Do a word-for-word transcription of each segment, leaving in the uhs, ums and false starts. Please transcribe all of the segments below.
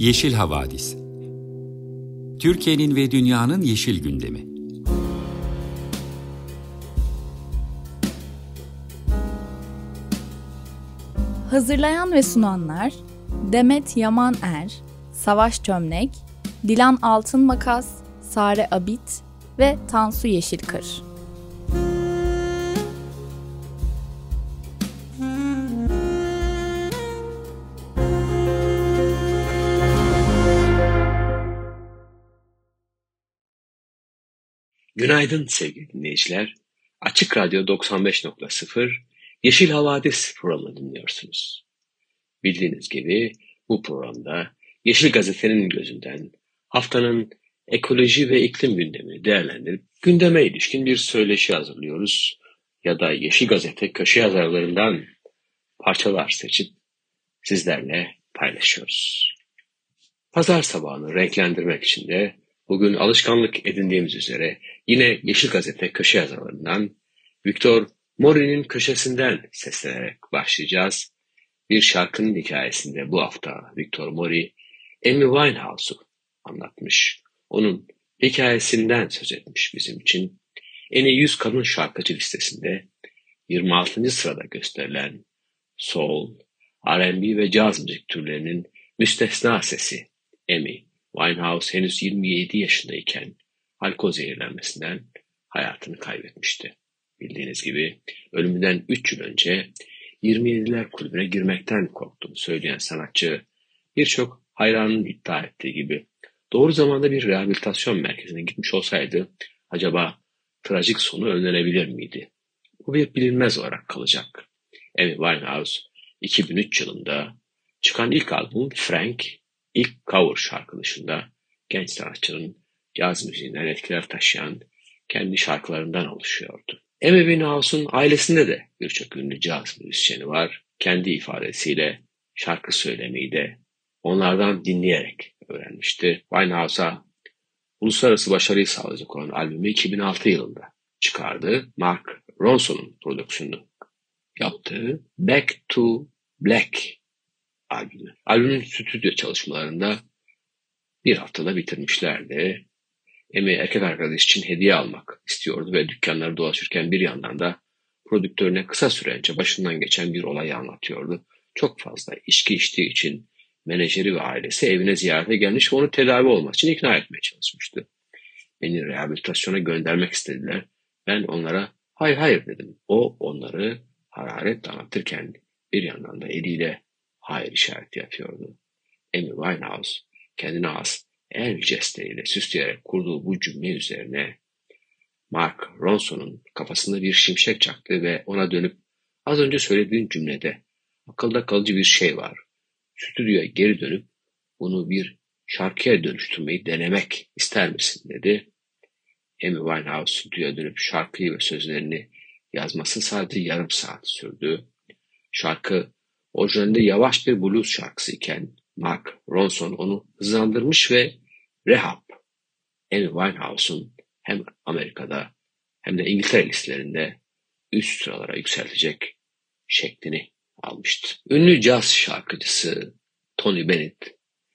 Yeşil Havadis. Türkiye'nin ve dünyanın yeşil gündemi. Hazırlayan ve sunanlar Demet Yaman Er, Savaş Çömlek, Dilan Altınmakas, Sare Abit ve Tansu Yeşilkır. Günaydın sevgili dinleyiciler. Açık Radyo doksan beş nokta sıfır Yeşil Havadis programını dinliyorsunuz. Bildiğiniz gibi bu programda Yeşil Gazete'nin gözünden haftanın ekoloji ve iklim gündemini değerlendirip gündeme ilişkin bir söyleşi hazırlıyoruz. Ya da Yeşil Gazete köşe yazarlarından parçalar seçip sizlerle paylaşıyoruz. Pazar sabahını renklendirmek için de bugün alışkanlık edindiğimiz üzere yine Yeşil Gazete köşe yazarlarından Victor Mori'nin köşesinden seslenerek başlayacağız. Bir şarkının hikayesinde bu hafta Victor Mori, Amy Winehouse'u anlatmış. Onun hikayesinden söz etmiş bizim için. En iyi yüz kadın şarkıcı listesinde yirmi altıncı sırada gösterilen soul, R and B ve caz müzik türlerinin müstesna sesi Amy Winehouse henüz yirmi yedi yaşındayken alkol zehirlenmesinden hayatını kaybetmişti. Bildiğiniz gibi ölümünden üç yıl önce yirmi yediler kulübüne girmekten korktuğunu söyleyen sanatçı birçok hayranının iddia ettiği gibi doğru zamanda bir rehabilitasyon merkezine gitmiş olsaydı acaba trajik sonu önlenebilir miydi? Bu bir bilinmez olarak kalacak. Amy Winehouse iki bin üç yılında çıkan ilk albüm Frank, ilk cover şarkı dışında genç sanatçının caz müziğinden etkiler taşıyan kendi şarkılarından oluşuyordu. Amy Winehouse'un ailesinde de birçok ünlü caz müzisyeni var. Kendi ifadesiyle şarkı söylemeyi de onlardan dinleyerek öğrenmişti. Winehouse'a uluslararası başarıyı sağlayacak olan albümü iki bin altı yılında çıkardı. Mark Ronson'un prodüksiyonunu yaptığı Back to Black albümü. Albümün stüdyo çalışmalarında bir haftada bitirmişlerdi. Amy erkek arkadaş için hediye almak istiyordu ve dükkanları dolaşırken bir yandan da prodüktörüne kısa süre önce başından geçen bir olayı anlatıyordu. Çok fazla içki içtiği için menajeri ve ailesi evine ziyarete gelmiş ve onu tedavi olmak için ikna etmeye çalışmıştı. Beni rehabilitasyona göndermek istediler. Ben onlara hayır hayır dedim. O onları hararetle anlatırken bir yandan da eliyle hayır işareti yapıyordu. Amy Winehouse kendine has el jestleriyle süsleyerek kurduğu bu cümle üzerine Mark Ronson'un kafasında bir şimşek çaktı ve ona dönüp az önce söylediğin cümlede akılda kalıcı bir şey var. Stüdyoya geri dönüp bunu bir şarkıya dönüştürmeyi denemek ister misin dedi. Amy Winehouse stüdyoya dönüp şarkıyı ve sözlerini yazması sadece yarım saat sürdü. Şarkı orijinalinde yavaş bir blues şarkısı iken Mark Ronson onu hızlandırmış ve Rehab, Amy Winehouse'un hem Amerika'da hem de İngiltere listelerinde üst sıralara yükseltecek şeklini almıştı. Ünlü caz şarkıcısı Tony Bennett,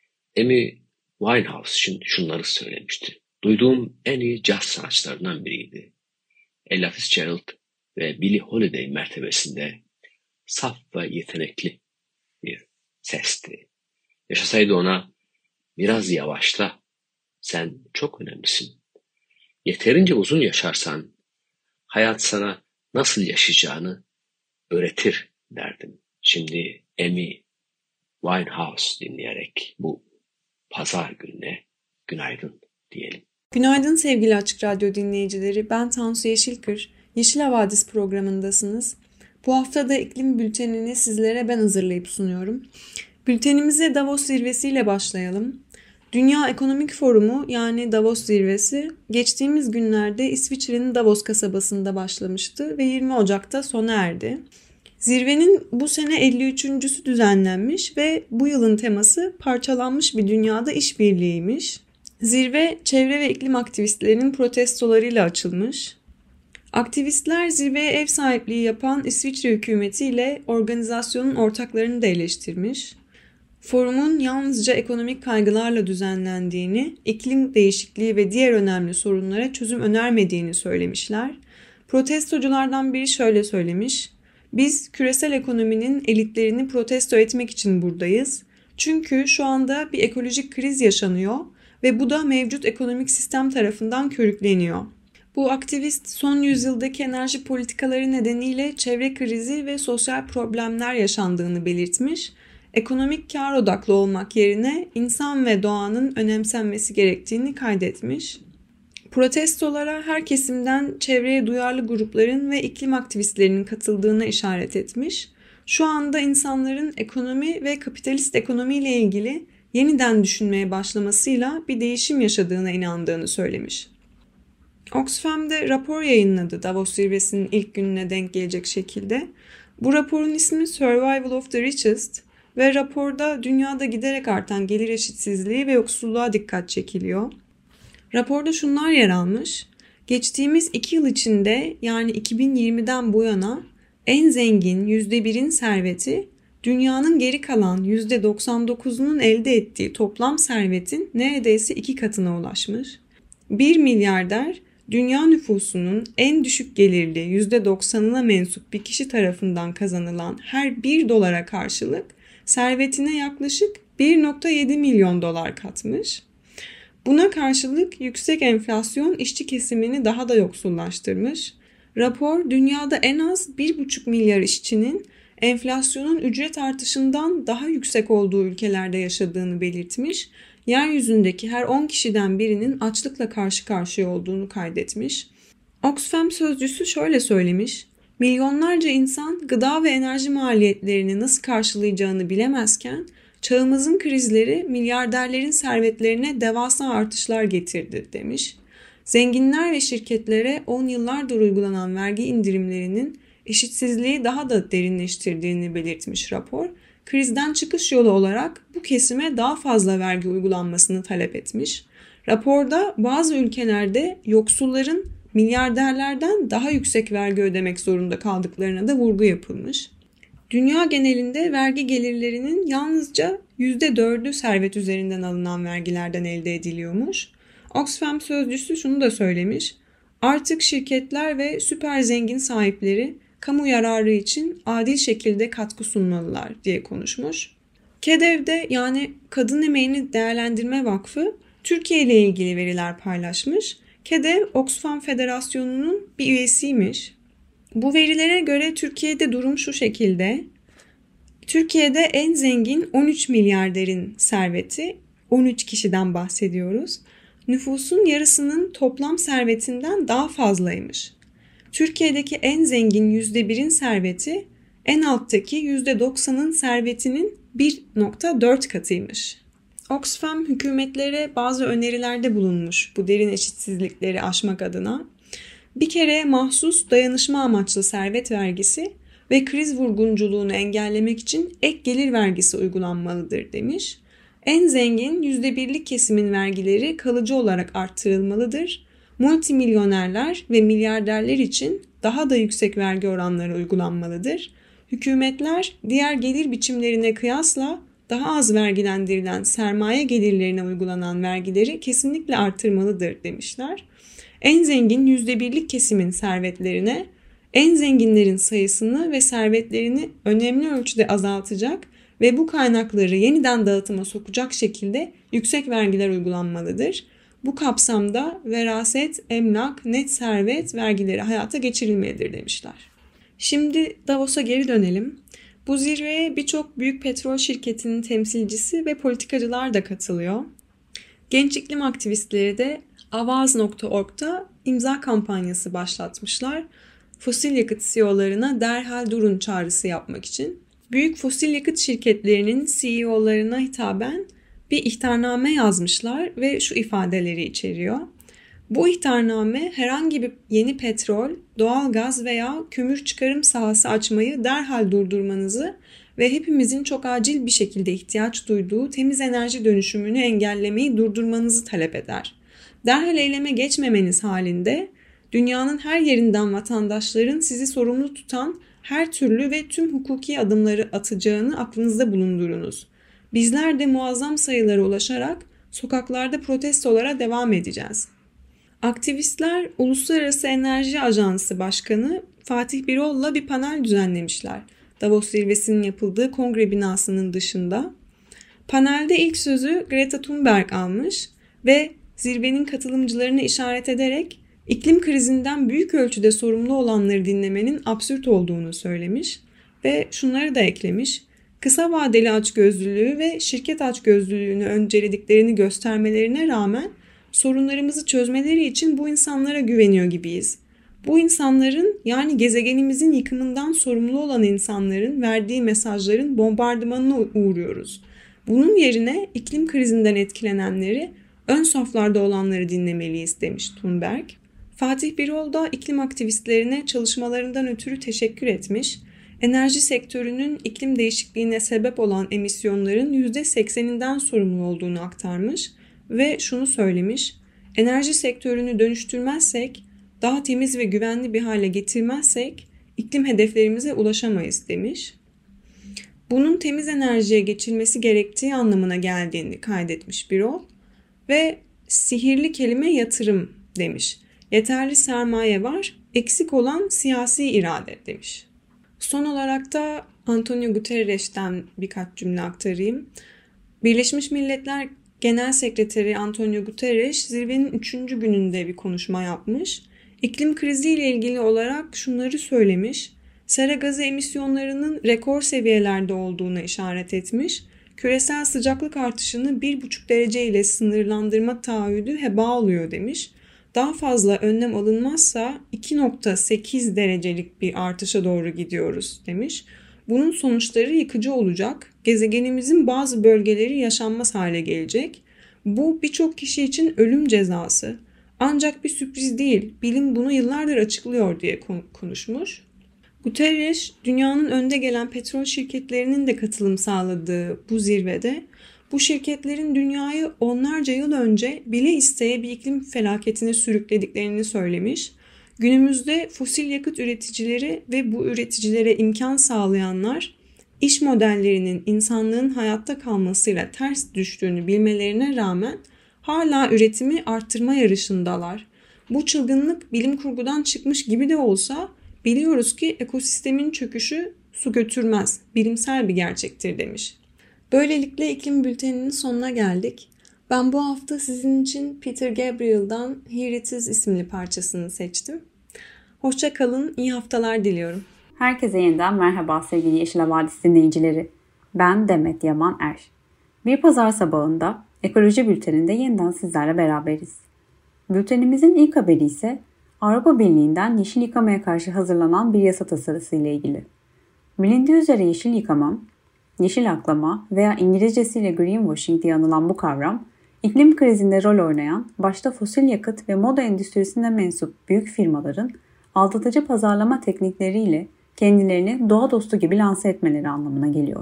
Amy Winehouse için şunları söylemişti. Duyduğum en iyi caz sanatçılarından biriydi. Ella Fitzgerald ve Billie Holiday mertebesinde saf ve yetenekli bir sesti. Yaşasaydı ona biraz yavaşla, sen çok önemlisin. Yeterince uzun yaşarsan hayat sana nasıl yaşayacağını öğretir derdim. Şimdi Amy Winehouse dinleyerek bu pazar gününe günaydın diyelim. Günaydın sevgili Açık Radyo dinleyicileri. Ben Tansu Yeşilkır. Yeşil Havadis programındasınız. Bu hafta da iklim bültenini sizlere ben hazırlayıp sunuyorum. Bültenimize Davos zirvesiyle başlayalım. Dünya Ekonomik Forumu yani Davos zirvesi geçtiğimiz günlerde İsviçre'nin Davos kasabasında başlamıştı ve yirmi Ocak'ta sona erdi. Zirvenin bu sene elli üçüncüsü düzenlenmiş ve bu yılın teması parçalanmış bir dünyada işbirliğiymiş. Zirve çevre ve iklim aktivistlerinin protestolarıyla açılmış. Aktivistler zirveye ev sahipliği yapan İsviçre hükümetiyle organizasyonun ortaklarını da eleştirmiş. Forumun yalnızca ekonomik kaygılarla düzenlendiğini, iklim değişikliği ve diğer önemli sorunlara çözüm önermediğini söylemişler. Protestoculardan biri şöyle söylemiş: "Biz küresel ekonominin elitlerini protesto etmek için buradayız. Çünkü şu anda bir ekolojik kriz yaşanıyor ve bu da mevcut ekonomik sistem tarafından körükleniyor." Bu aktivist son yüzyıldaki enerji politikaları nedeniyle çevre krizi ve sosyal problemler yaşandığını belirtmiş. Ekonomik kar odaklı olmak yerine insan ve doğanın önemsenmesi gerektiğini kaydetmiş. Protestolara her kesimden çevreye duyarlı grupların ve iklim aktivistlerinin katıldığına işaret etmiş. Şu anda insanların ekonomi ve kapitalist ekonomiyle ilgili yeniden düşünmeye başlamasıyla bir değişim yaşadığına inandığını söylemiş. Oxfam'de rapor yayınladı Davos zirvesinin ilk gününe denk gelecek şekilde. Bu raporun ismi Survival of the Richest ve raporda dünyada giderek artan gelir eşitsizliği ve yoksulluğa dikkat çekiliyor. Raporda şunlar yer almış: geçtiğimiz iki yıl içinde, yani iki bin yirmiden bu yana en zengin yüzde birin serveti dünyanın geri kalan yüzde doksan dokuzunun elde ettiği toplam servetin neredeyse iki katına ulaşmış. Bir milyarder dünya nüfusunun en düşük gelirli yüzde doksanına mensup bir kişi tarafından kazanılan her bir dolara karşılık servetine yaklaşık bir virgül yedi milyon dolar katmış. Buna karşılık yüksek enflasyon işçi kesimini daha da yoksullaştırmış. Rapor dünyada en az bir buçuk milyar işçinin enflasyonun ücret artışından daha yüksek olduğu ülkelerde yaşadığını belirtmiş. Yeryüzündeki her on kişiden birinin açlıkla karşı karşıya olduğunu kaydetmiş. Oxfam sözcüsü şöyle söylemiş: "Milyonlarca insan gıda ve enerji maliyetlerini nasıl karşılayacağını bilemezken çağımızın krizleri milyarderlerin servetlerine devasa artışlar getirdi" demiş. Zenginler ve şirketlere on yıllardır uygulanan vergi indirimlerinin eşitsizliği daha da derinleştirdiğini belirtmiş rapor. Krizden çıkış yolu olarak bu kesime daha fazla vergi uygulanmasını talep etmiş. Raporda bazı ülkelerde yoksulların milyarderlerden daha yüksek vergi ödemek zorunda kaldıklarına da vurgu yapılmış. Dünya genelinde vergi gelirlerinin yalnızca yüzde dördü servet üzerinden alınan vergilerden elde ediliyormuş. Oxfam sözcüsü şunu da söylemiş: "Artık şirketler ve süper zengin sahipleri kamu yararı için adil şekilde katkı sunmalılar" diye konuşmuş. KEDEV'de, yani Kadın Emeğini Değerlendirme Vakfı, Türkiye ile ilgili veriler paylaşmış. KEDEV, Oxfam Federasyonu'nun bir üyesiymiş. Bu verilere göre Türkiye'de durum şu şekilde: Türkiye'de en zengin on üç milyarderin serveti, on üç kişiden bahsediyoruz, nüfusun yarısının toplam servetinden daha fazlaymış. Türkiye'deki en zengin yüzde birin serveti en alttaki yüzde doksanın servetinin bir virgül dört katıymış. Oxfam hükümetlere bazı önerilerde bulunmuş bu derin eşitsizlikleri aşmak adına. Bir kere mahsus dayanışma amaçlı servet vergisi ve kriz vurgunculuğunu engellemek için ek gelir vergisi uygulanmalıdır demiş. En zengin yüzde birlik kesimin vergileri kalıcı olarak arttırılmalıdır. Multimilyonerler ve milyarderler için daha da yüksek vergi oranları uygulanmalıdır. Hükümetler diğer gelir biçimlerine kıyasla daha az vergilendirilen sermaye gelirlerine uygulanan vergileri kesinlikle artırmalıdır demişler. En zengin yüzde birlik kesimin servetlerine, en zenginlerin sayısını ve servetlerini önemli ölçüde azaltacak ve bu kaynakları yeniden dağıtıma sokacak şekilde yüksek vergiler uygulanmalıdır. Bu kapsamda veraset, emlak, net servet vergileri hayata geçirilmelidir demişler. Şimdi Davos'a geri dönelim. Bu zirveye birçok büyük petrol şirketinin temsilcisi ve politikacılar da katılıyor. Genç iklim aktivistleri de avaz nokta org'da imza kampanyası başlatmışlar. Fosil yakıt C E O'larına derhal durun çağrısı yapmak için. Büyük fosil yakıt şirketlerinin C E O'larına hitaben bir ihtarname yazmışlar ve şu ifadeleri içeriyor. Bu ihtarname herhangi bir yeni petrol, doğalgaz veya kömür çıkarım sahası açmayı derhal durdurmanızı ve hepimizin çok acil bir şekilde ihtiyaç duyduğu temiz enerji dönüşümünü engellemeyi durdurmanızı talep eder. Derhal eyleme geçmemeniz halinde dünyanın her yerinden vatandaşların sizi sorumlu tutan her türlü ve tüm hukuki adımları atacağını aklınızda bulundurunuz. Bizler de muazzam sayılara ulaşarak sokaklarda protestolara devam edeceğiz. Aktivistler Uluslararası Enerji Ajansı Başkanı Fatih Birol'la bir panel düzenlemişler. Davos zirvesinin yapıldığı kongre binasının dışında. Panelde ilk sözü Greta Thunberg almış ve zirvenin katılımcılarını işaret ederek iklim krizinden büyük ölçüde sorumlu olanları dinlemenin absürt olduğunu söylemiş ve şunları da eklemiş. Kısa vadeli açgözlülüğü ve şirket açgözlülüğünü öncelediklerini göstermelerine rağmen sorunlarımızı çözmeleri için bu insanlara güveniyor gibiyiz. Bu insanların, yani gezegenimizin yıkımından sorumlu olan insanların verdiği mesajların bombardımanına uğruyoruz. Bunun yerine iklim krizinden etkilenenleri, ön saflarda olanları dinlemeliyiz demiş Thunberg. Fatih Birol da iklim aktivistlerine çalışmalarından ötürü teşekkür etmiş. Enerji sektörünün iklim değişikliğine sebep olan emisyonların yüzde sekseninden sorumlu olduğunu aktarmış ve şunu söylemiş. Enerji sektörünü dönüştürmezsek, daha temiz ve güvenli bir hale getirmezsek iklim hedeflerimize ulaşamayız demiş. Bunun temiz enerjiye geçilmesi gerektiği anlamına geldiğini kaydetmiş Birol ve sihirli kelime yatırım demiş. Yeterli sermaye var, eksik olan siyasi irade demiş. Son olarak da Antonio Guterres'ten birkaç cümle aktarayım. Birleşmiş Milletler Genel Sekreteri Antonio Guterres zirvenin üçüncü gününde bir konuşma yapmış. İklim kriziyle ilgili olarak şunları söylemiş. Sera gazı emisyonlarının rekor seviyelerde olduğuna işaret etmiş. Küresel sıcaklık artışını bir buçuk derece ile sınırlandırma taahhüdü heba oluyor demiş. Daha fazla önlem alınmazsa iki nokta sekiz derecelik bir artışa doğru gidiyoruz demiş. Bunun sonuçları yıkıcı olacak. Gezegenimizin bazı bölgeleri yaşanmaz hale gelecek. Bu birçok kişi için ölüm cezası. Ancak bir sürpriz değil. Bilim bunu yıllardır açıklıyor diye konuşmuş. Guterres, dünyanın önde gelen petrol şirketlerinin de katılım sağladığı bu zirvede bu şirketlerin dünyayı onlarca yıl önce bile isteye bir iklim felaketine sürüklediklerini söylemiş. Günümüzde fosil yakıt üreticileri ve bu üreticilere imkan sağlayanlar iş modellerinin insanlığın hayatta kalmasıyla ters düştüğünü bilmelerine rağmen hala üretimi arttırma yarışındalar. Bu çılgınlık bilim kurgudan çıkmış gibi de olsa biliyoruz ki ekosistemin çöküşü su götürmez, bilimsel bir gerçektir demiş. Böylelikle iklim bülteninin sonuna geldik. Ben bu hafta sizin için Peter Gabriel'dan Here It Is isimli parçasını seçtim. Hoşça kalın, iyi haftalar diliyorum. Herkese yeniden merhaba sevgili Yeşil Havadis dinleyicileri. Ben Demet Yaman Er. Bir pazar sabahında Ekoloji Bülteni'nde yeniden sizlerle beraberiz. Bültenimizin ilk haberi ise Avrupa Birliği'nden yeşil yıkamaya karşı hazırlanan bir yasa tasarısı ile ilgili. Bilindiği üzere yeşil yıkama, yeşil aklama veya İngilizcesiyle greenwashing diye anılan bu kavram, iklim krizinde rol oynayan başta fosil yakıt ve moda endüstrisine mensup büyük firmaların aldatıcı pazarlama teknikleriyle kendilerini doğa dostu gibi lanse etmeleri anlamına geliyor.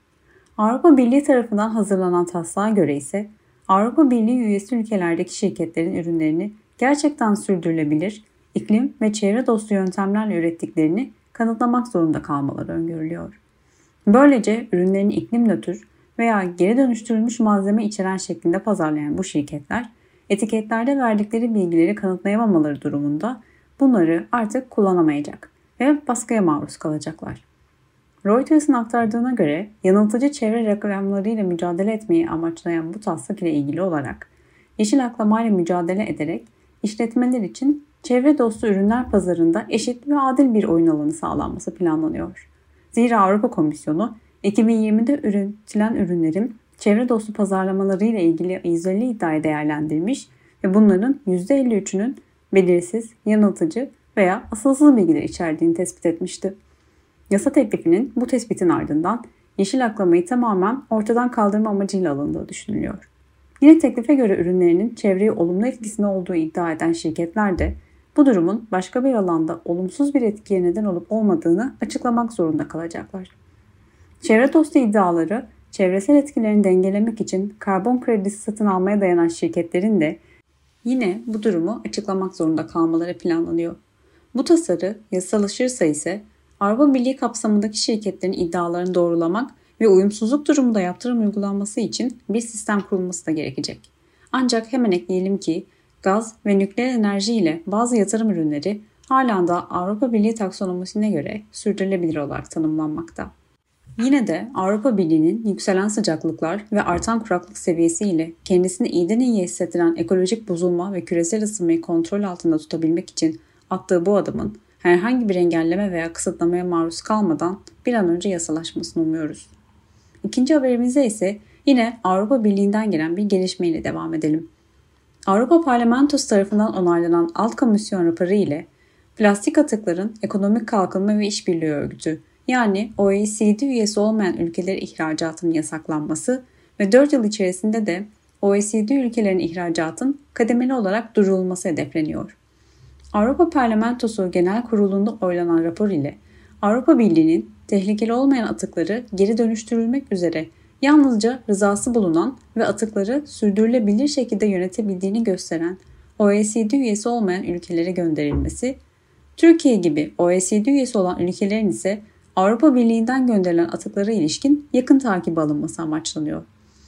Avrupa Birliği tarafından hazırlanan taslağa göre ise Avrupa Birliği üyesi ülkelerdeki şirketlerin ürünlerini gerçekten sürdürülebilir, iklim ve çevre dostu yöntemlerle ürettiklerini kanıtlamak zorunda kalmaları öngörülüyor. Böylece ürünlerini iklim nötr veya geri dönüştürülmüş malzeme içeren şeklinde pazarlayan bu şirketler, etiketlerde verdikleri bilgileri kanıtlayamamaları durumunda bunları artık kullanamayacak ve baskıya maruz kalacaklar. Reuters'ın aktardığına göre yanıltıcı çevre reklamlarıyla mücadele etmeyi amaçlayan bu taslak ile ilgili olarak yeşil aklamayla mücadele ederek işletmeler için çevre dostu ürünler pazarında eşit ve adil bir oyun alanı sağlanması planlanıyor. Zira Avrupa Komisyonu iki bin yirmide üretilen ürünlerin çevre dostu pazarlamalarıyla ilgili izole iddiayı değerlendirmiş ve bunların yüzde elli üçünün belirsiz, yanıltıcı veya asılsız bilgiler içerdiğini tespit etmişti. Yasa teklifinin bu tespitin ardından yeşil aklamayı tamamen ortadan kaldırma amacıyla alındığı düşünülüyor. Yine teklife göre ürünlerinin çevreye olumlu etkisine olduğu iddia eden şirketler de bu durumun başka bir alanda olumsuz bir etkiye neden olup olmadığını açıklamak zorunda kalacaklar. Çevre dostu iddiaları çevresel etkilerini dengelemek için karbon kredisi satın almaya dayanan şirketlerin de yine bu durumu açıklamak zorunda kalmaları planlanıyor. Bu tasarı yasalaşırsa ise Avrupa Birliği kapsamındaki şirketlerin iddialarını doğrulamak ve uyumsuzluk durumunda yaptırım uygulanması için bir sistem kurulması da gerekecek. Ancak hemen ekleyelim ki gaz ve nükleer enerji ile bazı yatırım ürünleri halen da Avrupa Birliği taksonomisine göre sürdürülebilir olarak tanımlanmakta. Yine de Avrupa Birliği'nin yükselen sıcaklıklar ve artan kuraklık seviyesiyle kendisini iyiden iyiye hissettiren ekolojik bozulma ve küresel ısınmayı kontrol altında tutabilmek için attığı bu adımın herhangi bir engelleme veya kısıtlamaya maruz kalmadan bir an önce yasalaşmasını umuyoruz. İkinci haberimize ise yine Avrupa Birliği'nden gelen bir gelişmeyle devam edelim. Avrupa Parlamentosu tarafından onaylanan Alt Komisyon raporu ile Plastik Atıkların Ekonomik Kalkınma ve İşbirliği Örgütü yani O E C D üyesi olmayan ülkelere ihracatının yasaklanması ve dört yıl içerisinde de O E C D ülkelerin ihracatın kademeli olarak durdurulması hedefleniyor. Avrupa Parlamentosu Genel Kurulu'nda oylanan rapor ile Avrupa Birliği'nin tehlikeli olmayan atıkları geri dönüştürülmek üzere yalnızca rızası bulunan ve atıkları sürdürülebilir şekilde yönetebildiğini gösteren O E C D üyesi olmayan ülkelere gönderilmesi, Türkiye gibi O E C D üyesi olan ülkelerin ise Avrupa Birliği'nden gönderilen atıklara ilişkin yakın takibi alınması amaçlanıyor.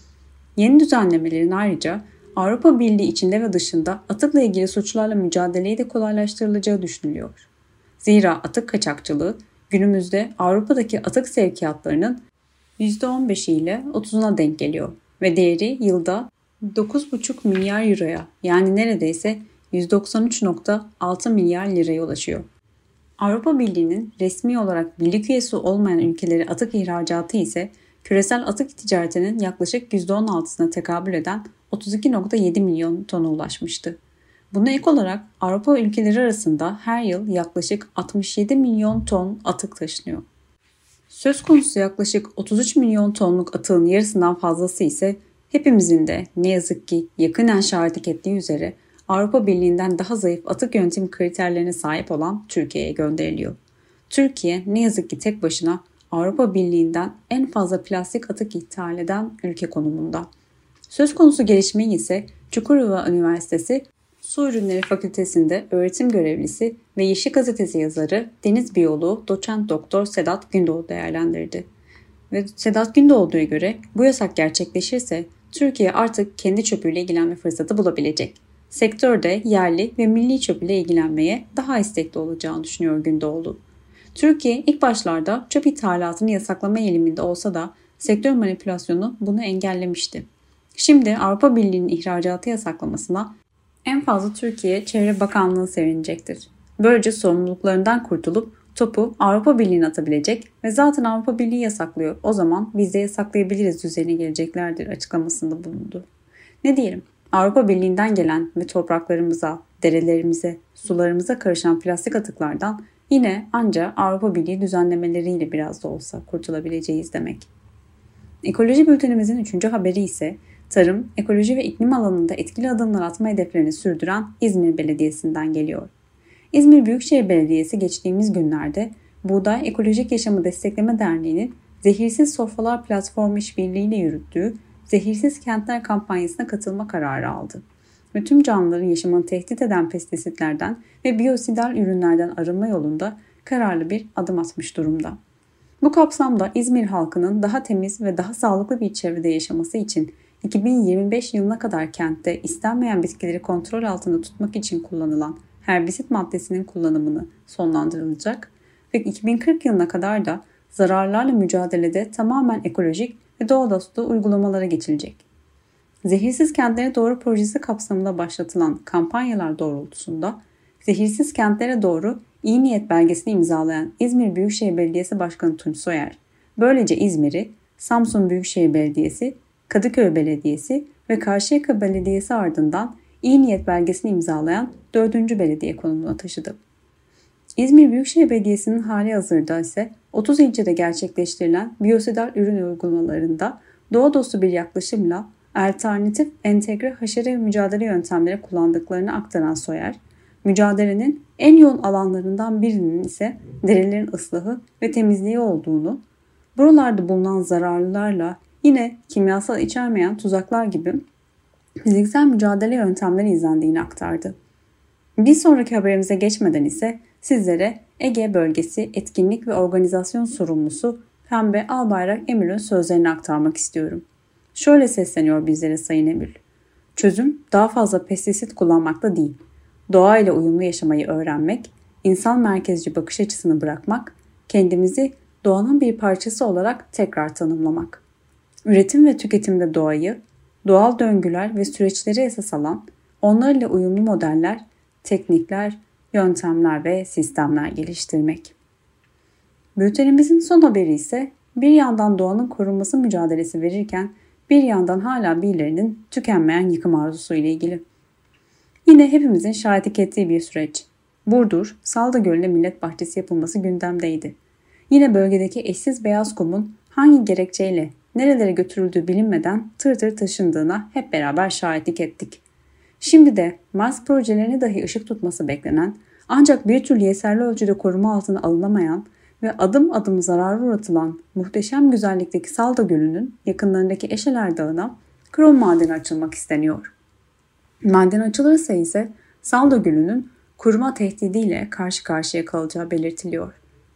Yeni düzenlemelerin ayrıca Avrupa Birliği içinde ve dışında atıkla ilgili suçlarla mücadeleyi de kolaylaştırılacağı düşünülüyor. Zira atık kaçakçılığı günümüzde Avrupa'daki atık sevkiyatlarının yüzde on beşi ile otuzuna denk geliyor ve değeri yılda dokuz buçuk milyar euroya yani neredeyse yüz doksan üç virgül altı milyar liraya ulaşıyor. Avrupa Birliği'nin resmi olarak birlik üyesi olmayan ülkeleri atık ihracatı ise küresel atık ticaretinin yaklaşık yüzde on altısına tekabül eden otuz iki virgül yedi milyon tona ulaşmıştı. Buna ek olarak Avrupa ülkeleri arasında her yıl yaklaşık altmış yedi milyon ton atık taşınıyor. Söz konusu yaklaşık otuz üç milyon tonluk atığın yarısından fazlası ise hepimizin de ne yazık ki yakinen şahitlik ettiği üzere Avrupa Birliği'nden daha zayıf atık yönetim kriterlerine sahip olan Türkiye'ye gönderiliyor. Türkiye ne yazık ki tek başına Avrupa Birliği'nden en fazla plastik atık ithal eden ülke konumunda. Söz konusu gelişmeyi ise Çukurova Üniversitesi Su Ürünleri Fakültesi'nde öğretim görevlisi ve Yeşil Gazetesi yazarı Deniz Biyoloğu Doçent Doktor Sedat Gündoğdu değerlendirdi. Ve Sedat Gündoğdu'ya göre bu yasak gerçekleşirse Türkiye artık kendi çöpüyle ilgilenme fırsatı bulabilecek. Sektörde yerli ve milli çöp ile ilgilenmeye daha istekli olacağını düşünüyor Gündoğdu. Türkiye ilk başlarda çöp ithalatını yasaklama eğiliminde olsa da sektör manipülasyonu bunu engellemişti. Şimdi Avrupa Birliği'nin ihracatı yasaklamasına en fazla Türkiye Çevre Bakanlığı sevinecektir. Böylece sorumluluklarından kurtulup topu Avrupa Birliği'ne atabilecek ve zaten Avrupa Birliği yasaklıyor, o zaman biz de yasaklayabiliriz düzeyine geleceklerdir açıklamasında bulundu. Ne diyelim? Avrupa Birliği'nden gelen ve topraklarımıza, derelerimize, sularımıza karışan plastik atıklardan yine ancak Avrupa Birliği düzenlemeleriyle biraz da olsa kurtulabileceğiz demek. Ekoloji bültenimizin üçüncü haberi ise tarım, ekoloji ve iklim alanında etkili adımlar atma hedeflerini sürdüren İzmir Belediyesi'nden geliyor. İzmir Büyükşehir Belediyesi geçtiğimiz günlerde Buğday Ekolojik Yaşamı Destekleme Derneği'nin Zehirsiz Sofralar Platformu işbirliğiyle yürüttüğü Zehirsiz Kentler kampanyasına katılma kararı aldı. Ve tüm canlıların yaşamını tehdit eden pestisitlerden ve biyosidal ürünlerden arınma yolunda kararlı bir adım atmış durumda. Bu kapsamda İzmir halkının daha temiz ve daha sağlıklı bir çevrede yaşaması için iki bin yirmi beş yılına kadar kentte istenmeyen bitkileri kontrol altında tutmak için kullanılan herbisit maddesinin kullanımını sonlandırılacak ve iki bin kırk yılına kadar da zararlarla mücadelede tamamen ekolojik ve doğa dostu uygulamalara geçilecek. Zehirsiz Kentlere Doğru projesi kapsamında başlatılan kampanyalar doğrultusunda Zehirsiz Kentlere Doğru İyi Niyet belgesini imzalayan İzmir Büyükşehir Belediyesi Başkanı Tunç Soyer, böylece İzmir'i Samsun Büyükşehir Belediyesi, Kadıköy Belediyesi ve Karşıyaka Belediyesi ardından İyi Niyet belgesini imzalayan dördüncü belediye konumuna taşıdı. İzmir Büyükşehir Belediyesi'nin hali hazırda ise otuz ilçede gerçekleştirilen biyosidal ürün uygulamalarında doğa dostu bir yaklaşımla alternatif entegre haşere mücadele yöntemleri kullandıklarını aktaran Soyer, mücadelenin en yoğun alanlarından birinin ise derelerin ıslahı ve temizliği olduğunu, buralarda bulunan zararlılarla yine kimyasal içermeyen tuzaklar gibi fiziksel mücadele yöntemleri izlendiğini aktardı. Bir sonraki haberimize geçmeden ise sizlere Ege Bölgesi Etkinlik ve Organizasyon Sorumlusu Pembe Albayrak Emül'ün sözlerini aktarmak istiyorum. Şöyle sesleniyor bizlere Sayın Emül. Çözüm daha fazla pestisit kullanmakta değil. Doğayla uyumlu yaşamayı öğrenmek, insan merkezci bakış açısını bırakmak, kendimizi doğanın bir parçası olarak tekrar tanımlamak. Üretim ve tüketimde doğayı, doğal döngüler ve süreçleri esas alan, onlarla uyumlu modeller, teknikler, yöntemler ve sistemler geliştirmek. Bültenimizin son haberi ise bir yandan doğanın korunması mücadelesi verirken bir yandan hala birilerinin tükenmeyen yıkım arzusu ile ilgili. Yine hepimizin şahitlik ettiği bir süreç. Burdur, Salda Gölü'nde millet bahçesi yapılması gündemdeydi. Yine bölgedeki eşsiz beyaz kumun hangi gerekçeyle nerelere götürüldüğü bilinmeden tır tır taşındığına hep beraber şahitlik ettik. Şimdi de Mars projelerini dahi ışık tutması beklenen ancak bir türlü yeterli ölçüde koruma altına alınamayan ve adım adım zarara uğratılan muhteşem güzellikteki Salda Gölü'nün yakınlarındaki Eşeler Dağı'na krom madeni açılmak isteniyor. Maden açılırsa ise Salda Gölü'nün kuruma tehdidiyle karşı karşıya kalacağı belirtiliyor.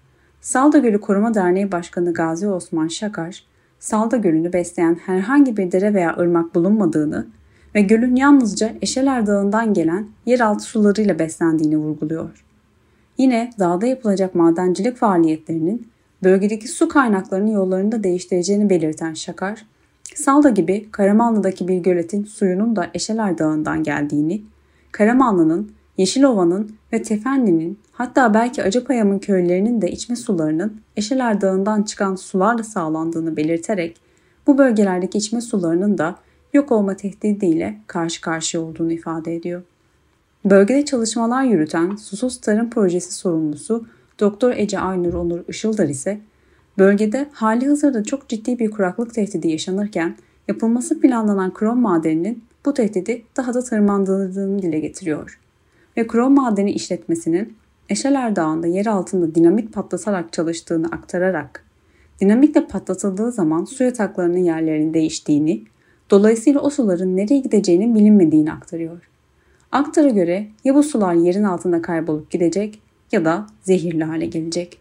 Salda Gölü Koruma Derneği Başkanı Gazi Osman Şakar, Salda Gölü'nü besleyen herhangi bir dere veya ırmak bulunmadığını ve gölün yalnızca Eşeler Dağı'ndan gelen yeraltı sularıyla beslendiğini vurguluyor. Yine dağda yapılacak madencilik faaliyetlerinin bölgedeki su kaynaklarının yollarını da değiştireceğini belirten Şakar, Salda gibi Karamanlı'daki bir göletin suyunun da Eşeler Dağı'ndan geldiğini, Karamanlı'nın, Yeşilova'nın ve Tefenli'nin hatta belki Acıpayam'ın köylerinin de içme sularının Eşeler Dağı'ndan çıkan sularla sağlandığını belirterek bu bölgelerdeki içme sularının da yok olma tehdidiyle karşı karşıya olduğunu ifade ediyor. Bölgede çalışmalar yürüten Susuz Tarım Projesi sorumlusu Doktor Ece Aynur Onur Işıldar ise bölgede hali hazırda çok ciddi bir kuraklık tehdidi yaşanırken yapılması planlanan krom madeninin bu tehdidi daha da tırmandırdığını dile getiriyor. Ve krom madeni işletmesinin Eşeler Dağı'nda yer altında dinamit patlatarak çalıştığını aktararak dinamitle patlatıldığı zaman su yataklarının yerlerinin değiştiğini, dolayısıyla o suların nereye gideceğinin bilinmediğini aktarıyor. Aktara göre ya bu sular yerin altında kaybolup gidecek ya da zehirli hale gelecek.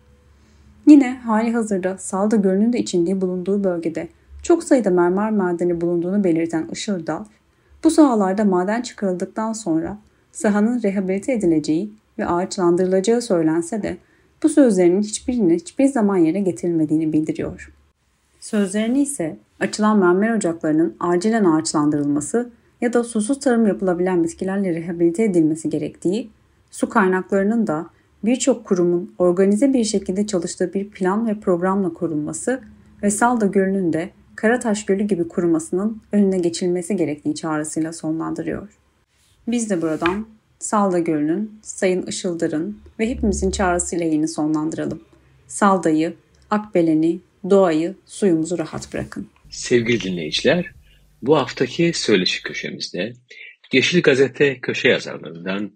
Yine hali hazırda Salda Gölü'nün de içinde bulunduğu bölgede çok sayıda mermer madeni bulunduğunu belirten Işıldal, bu sahalarda maden çıkarıldıktan sonra sahanın rehabilite edileceği ve ağaçlandırılacağı söylense de bu sözlerinin hiçbirinin hiçbir zaman yere getirilmediğini bildiriyor. Sözlerini ise açılan mermer ocaklarının acilen ağaçlandırılması ya da susuz tarım yapılabilen bitkilerle rehabilite edilmesi gerektiği, su kaynaklarının da birçok kurumun organize bir şekilde çalıştığı bir plan ve programla korunması ve Salda Gölü'nün de Karataş Gölü gibi kurumasının önüne geçilmesi gerektiği çağrısıyla sonlandırıyor. Biz de buradan Salda Gölü'nün, Sayın Işıldar'ın ve hepimizin çağrısıyla yayını sonlandıralım. Salda'yı, Akbelen'i, doğayı, suyumuzu rahat bırakın. Sevgili dinleyiciler, bu haftaki söyleşi köşemizde Yeşil Gazete köşe yazarlarından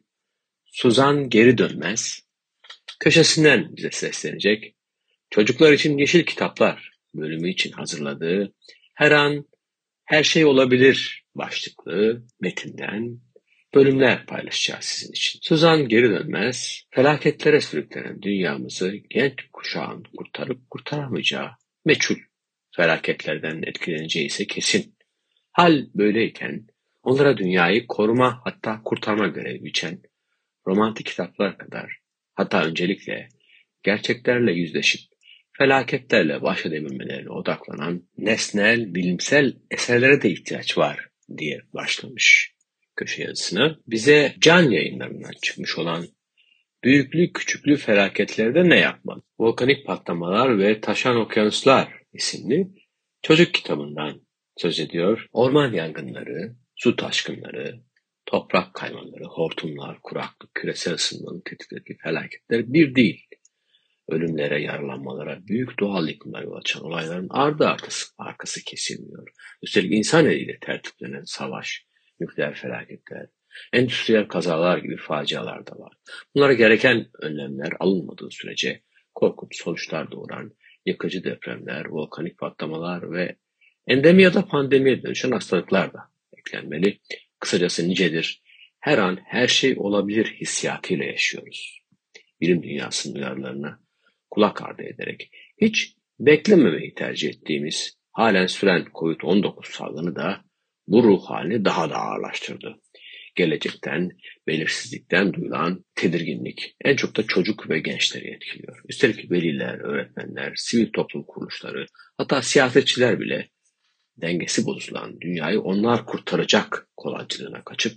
Suzan Geri Dönmez köşesinden bize seslenecek, çocuklar için Yeşil Kitaplar bölümü için hazırladığı Her An Her Şey Olabilir başlıklı metinden bölümler paylaşacağız sizin için. Suzan Geri Dönmez, felaketlere sürüklenen dünyamızı genç kuşağın kurtarıp kurtaramayacağı meçhul, felaketlerden etkileneceği ise kesin. Hal böyleyken onlara dünyayı koruma hatta kurtarma görevi biçen romantik kitaplar kadar, hatta öncelikle gerçeklerle yüzleşip felaketlerle baş edebilmelerine odaklanan nesnel, bilimsel eserlere de ihtiyaç var diye başlamış köşe yazısına. Bize Can Yayınlarından çıkmış olan Büyüklü Küçüklü Felaketlerde Ne Yapmalı? Volkanik Patlamalar ve Taşan Okyanuslar isimli çocuk kitabından söz ediyor. Orman yangınları, su taşkınları, toprak kaymaları, hortumlar, kuraklık, küresel ısınmanın tetiklediği felaketler bir değil. Ölümlere, yaralanmalara, büyük doğal yıkımlar yol açan olayların ardı arkası, arkası kesilmiyor. Üstelik insan eliyle tertiplenen savaş, nükleer felaketler, endüstriyel kazalar gibi facialar da var. Bunlara gereken önlemler alınmadığı sürece korkunç sonuçlar doğuran yıkıcı depremler, volkanik patlamalar ve endemi ya da pandemiye dönüşen hastalıklar da eklenmeli. Kısacası nicedir, her an her şey olabilir hissiyatıyla yaşıyoruz. Bilim dünyasının uyarılarına kulak ardı ederek hiç Beklememeyi tercih ettiğimiz, halen süren kovid on dokuz salgını da bu ruh halini daha da ağırlaştırdı. Gelecekten, belirsizlikten duyulan tedirginlik en çok da çocuk ve gençleri etkiliyor. Üstelik veliler, öğretmenler, sivil toplum kuruluşları, hatta siyasetçiler bile dengesi bozulan dünyayı onlar kurtaracak kolancılığına kaçıp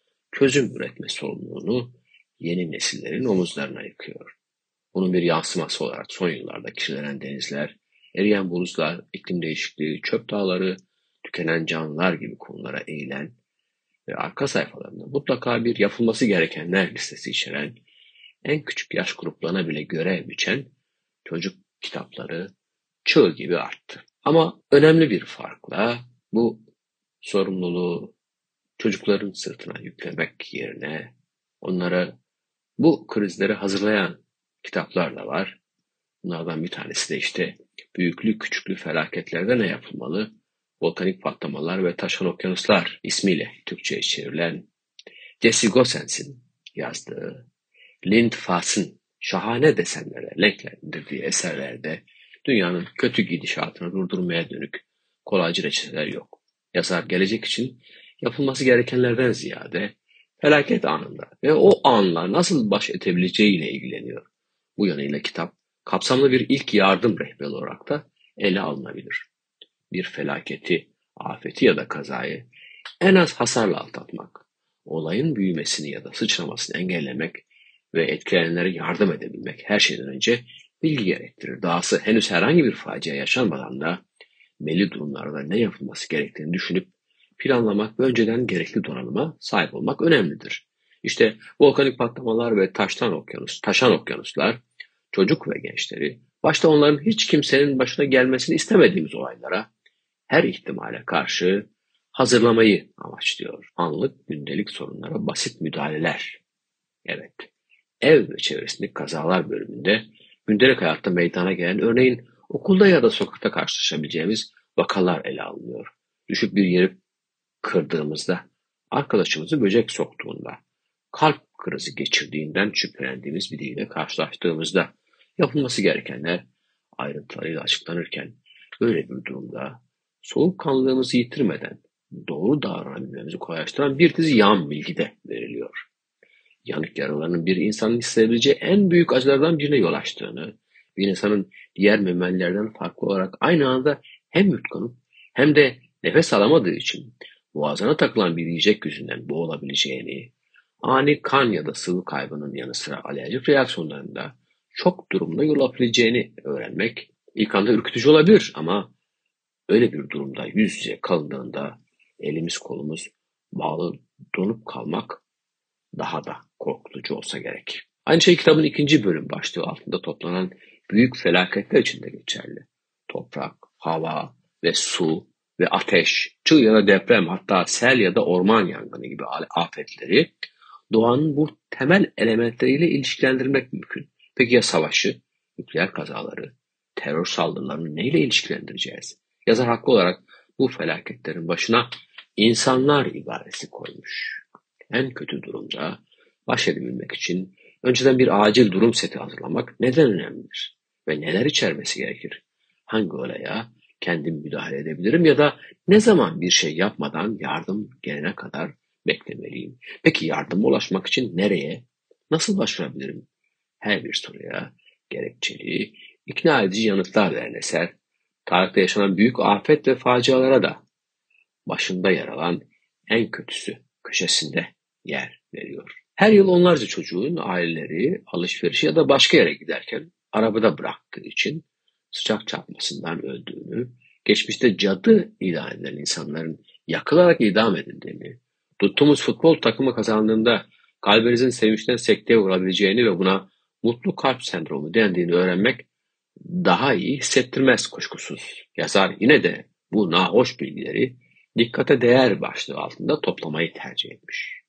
çözüm üretme sorumluluğunu yeni nesillerin omuzlarına yıkıyor. Bunun bir yansıması olarak son yıllarda kirlenen denizler, eriyen buzlar, iklim değişikliği, çöp dağları, tükenen canlılar gibi konulara eğilen ve arka sayfalarında mutlaka bir yapılması gerekenler listesi içeren, en küçük yaş gruplarına bile görev biçen çocuk kitapları çığ gibi arttı. Ama önemli bir farkla bu sorumluluğu çocukların sırtına yüklemek yerine onlara bu krizleri hazırlayan kitaplar da var. Bunlardan bir tanesi de işte büyüklü küçüklü felaketlerde ne yapılmalı? Volkanik patlamalar ve taşan okyanuslar ismiyle Türkçe'ye çevrilen Jesse Gossens'in yazdığı, Lind Fass'ın şahane desenlere renklendirdiği eserlerde dünyanın kötü gidişatını durdurmaya dönük kolaycı reçeteler yok. Yazar gelecek için yapılması gerekenlerden ziyade felaket anında ve o anla nasıl baş edebileceğiyle ilgileniyor. Bu yanıyla kitap kapsamlı bir ilk yardım rehberi olarak da ele alınabilir. Bir felaketi, afeti ya da kazayı en az hasarla atlatmak, olayın büyümesini ya da sıçramasını engellemek ve etkilenenlere yardım edebilmek her şeyden önce bilgi gerektirir. Dahası henüz herhangi bir facia yaşanmadan da belli durumlarda ne yapılması gerektiğini düşünüp planlamak ve önceden gerekli donanıma sahip olmak önemlidir. İşte volkanik patlamalar ve taştan okyanus, taşan okyanuslar çocuk ve gençleri, başta onların hiç kimsenin başına gelmesini istemediğimiz olaylara, her ihtimale karşı hazırlamayı amaçlıyor. Anlık gündelik sorunlara basit müdahaleler. Evet, ev ve çevresindeki kazalar bölümünde gündelik hayatta meydana gelen, örneğin okulda ya da sokakta karşılaşabileceğimiz vakalar ele alınıyor. Düşüp bir yeri kırdığımızda, arkadaşımızı böcek soktuğunda, kalp krizi geçirdiğinden şüphelendiğimiz biriyle karşılaştığımızda yapılması gerekenler ayrıntılarıyla açıklanırken, böyle bir durumda soğukkanlılığımızı yitirmeden doğru davranabilmemizi kolaylaştıran bir dizi yan bilgi de veriliyor. Yanık yaralarının bir insanın hissedebileceği en büyük acılardan birine yol açtığını, bir insanın diğer memelilerden farklı olarak aynı anda hem yutkunup hem de nefes alamadığı için boğazına takılan bir yiyecek yüzünden boğulabileceğini, ani kan ya da sıvı kaybının yanı sıra alerjik reaksiyonlarında çok durumda yol alabileceğini öğrenmek ilk anda ürkütücü olabilir ama öyle bir durumda yüz yüze kalındığında elimiz kolumuz bağlı donup kalmak daha da korkutucu olsa gerek. Aynı şey kitabın ikinci bölüm başlığı altında toplanan büyük felaketler için de geçerli. Toprak, hava ve su ve ateş, çığ ya da deprem, hatta sel ya da orman yangını gibi afetleri doğanın bu temel elementleriyle ilişkilendirmek mümkün. Peki ya savaşı, nükleer kazaları, terör saldırılarını neyle ilişkilendireceğiz? Yazar haklı olarak bu felaketlerin başına insanlar ibaresi koymuş. En kötü durumda baş edebilmek için önceden bir acil durum seti hazırlamak neden önemlidir? Ve neler içermesi gerekir? Hangi olaya kendim müdahale edebilirim ya da ne zaman bir şey yapmadan yardım gelene kadar beklemeliyim? Peki yardıma ulaşmak için nereye, nasıl başvurabilirim? Her bir soruya gerekçeli, ikna edici yanıtlar veren eser, tarihte yaşanan büyük afet ve facialara da başında yer alan en kötüsü köşesinde yer veriyor. Her yıl onlarca çocuğun aileleri alışverişe ya da başka yere giderken arabada bıraktığı için sıcak çarpmasından öldüğünü, geçmişte cadı ilan edilen insanların yakılarak idam edildiğini, tuttuğumuz futbol takımı kazandığında kalbinizin sevinçten sekteye uğrayabileceğini ve buna mutlu kalp sendromu dendiğini öğrenmek daha iyi hissettirmez kuşkusuz. Yazar yine de bu nahoş bilgileri dikkate değer başlığı altında toplamayı tercih etmiş.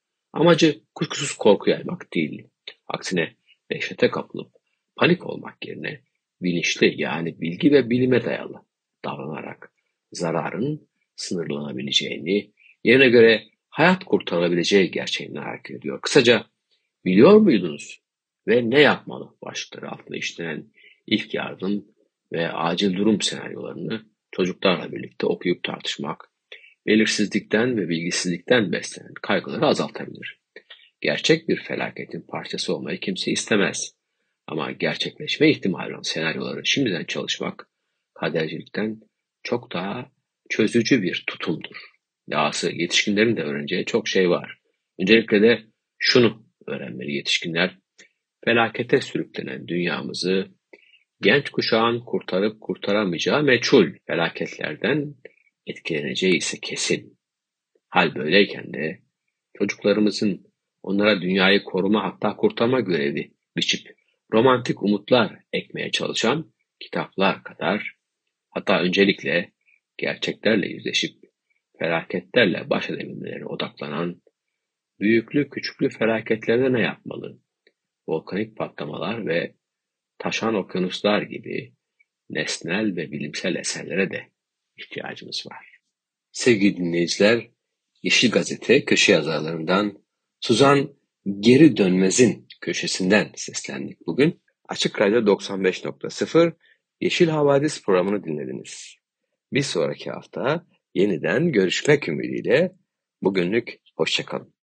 Amacı kuşkusuz korku yaymak değil. Aksine dehşete kapılıp panik olmak yerine bilinçli, yani bilgi ve bilime dayalı davranarak zararın sınırlanabileceğini, yerine göre hayat kurtarılabileceği gerçeğini hareket ediyor. Kısaca biliyor muydunuz ve ne yapmalı başlıkları altında işlenen ilk yardım ve acil durum senaryolarını çocuklarla birlikte okuyup tartışmak, belirsizlikten ve bilgisizlikten beslenen kaygıları azaltabilir. Gerçek bir felaketin parçası olmayı kimse istemez. Ama gerçekleşme ihtimali olan senaryoları şimdiden çalışmak, kadercilikten çok daha çözücü bir tutumdur. Dahası yetişkinlerin de öğreneceği çok şey var. Öncelikle de şunu öğrenmeli yetişkinler, felakete sürüklenen dünyamızı genç kuşağın kurtarıp kurtaramayacağı meçhul felaketlerden etkileneceği ise kesin. Hal böyleyken de çocuklarımızın onlara dünyayı koruma hatta kurtarma görevi biçip romantik umutlar ekmeye çalışan kitaplar kadar, hatta öncelikle gerçeklerle yüzleşip felaketlerle baş edebilmeleri odaklanan büyüklü küçüklü felaketlerde ne yapmalı? Volkanik patlamalar ve taşan okyanuslar gibi nesnel ve bilimsel eserlere de ihtiyacımız var. Sevgili dinleyiciler, Yeşil Gazete köşe yazarlarından Suzan Geri Dönmez'in köşesinden seslendik bugün. Açık Radyo doksan beş nokta sıfır Yeşil Havadis programını dinlediniz. Bir sonraki hafta yeniden görüşmek ümidiyle bugünlük hoşça kalın.